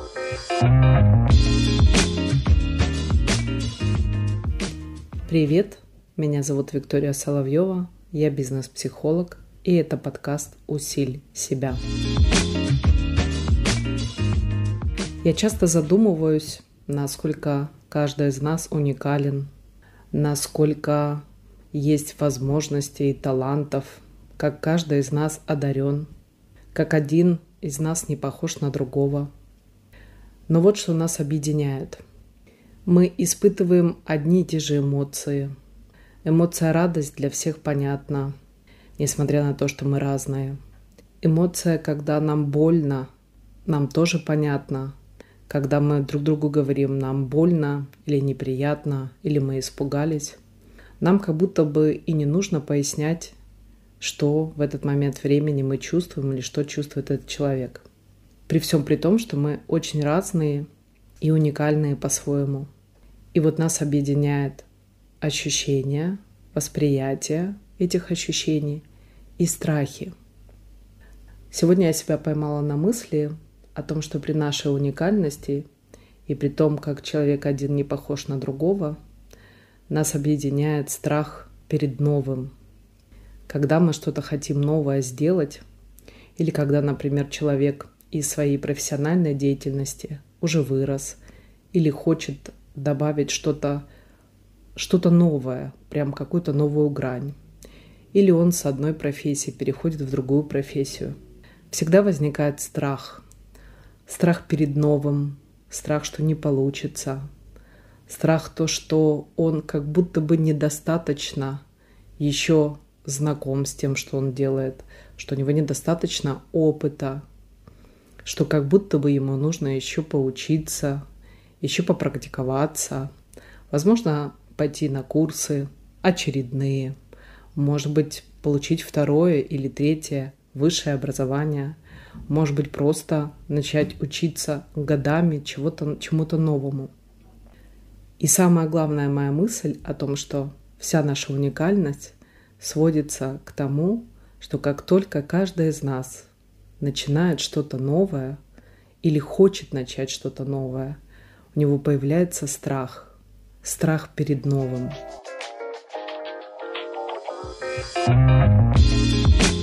Привет, меня зовут Виктория Соловьева, я бизнес-психолог, и это подкаст «Усиль себя». Я часто задумываюсь, насколько каждый из нас уникален, насколько есть возможностей и талантов, как каждый из нас одарен, как один из нас не похож на другого. Но вот что нас объединяет. Мы испытываем одни и те же эмоции. Эмоция радость для всех понятна, несмотря на то, что мы разные. Эмоция, когда нам больно, нам тоже понятно. Когда мы друг другу говорим, нам больно или неприятно, или мы испугались, нам как будто бы и не нужно пояснять, что в этот момент времени мы чувствуем или что чувствует этот человек. При всем при том, что мы очень разные и уникальные по-своему. И вот нас объединяет ощущение, восприятие этих ощущений и страхи. Сегодня я себя поймала на мысли о том, что при нашей уникальности и при том, как человек один не похож на другого, нас объединяет страх перед новым. Когда мы что-то хотим новое сделать, или когда, например, человек из своей профессиональной деятельности уже вырос или хочет добавить что-то новое, прям какую-то новую грань. Или он с одной профессии переходит в другую профессию. Всегда возникает страх. Страх перед новым, страх, что не получится. Страх то, что он как будто бы недостаточно еще знаком с тем, что он делает, что у него недостаточно опыта, что как будто бы ему нужно еще поучиться, еще попрактиковаться, возможно, пойти на курсы очередные, может быть, получить второе или третье высшее образование, может быть, просто начать учиться годами чему-то новому. И самая главная моя мысль о том, что вся наша уникальность сводится к тому, что как только каждый из нас начинает что-то новое или хочет начать что-то новое, у него появляется страх. Страх перед новым.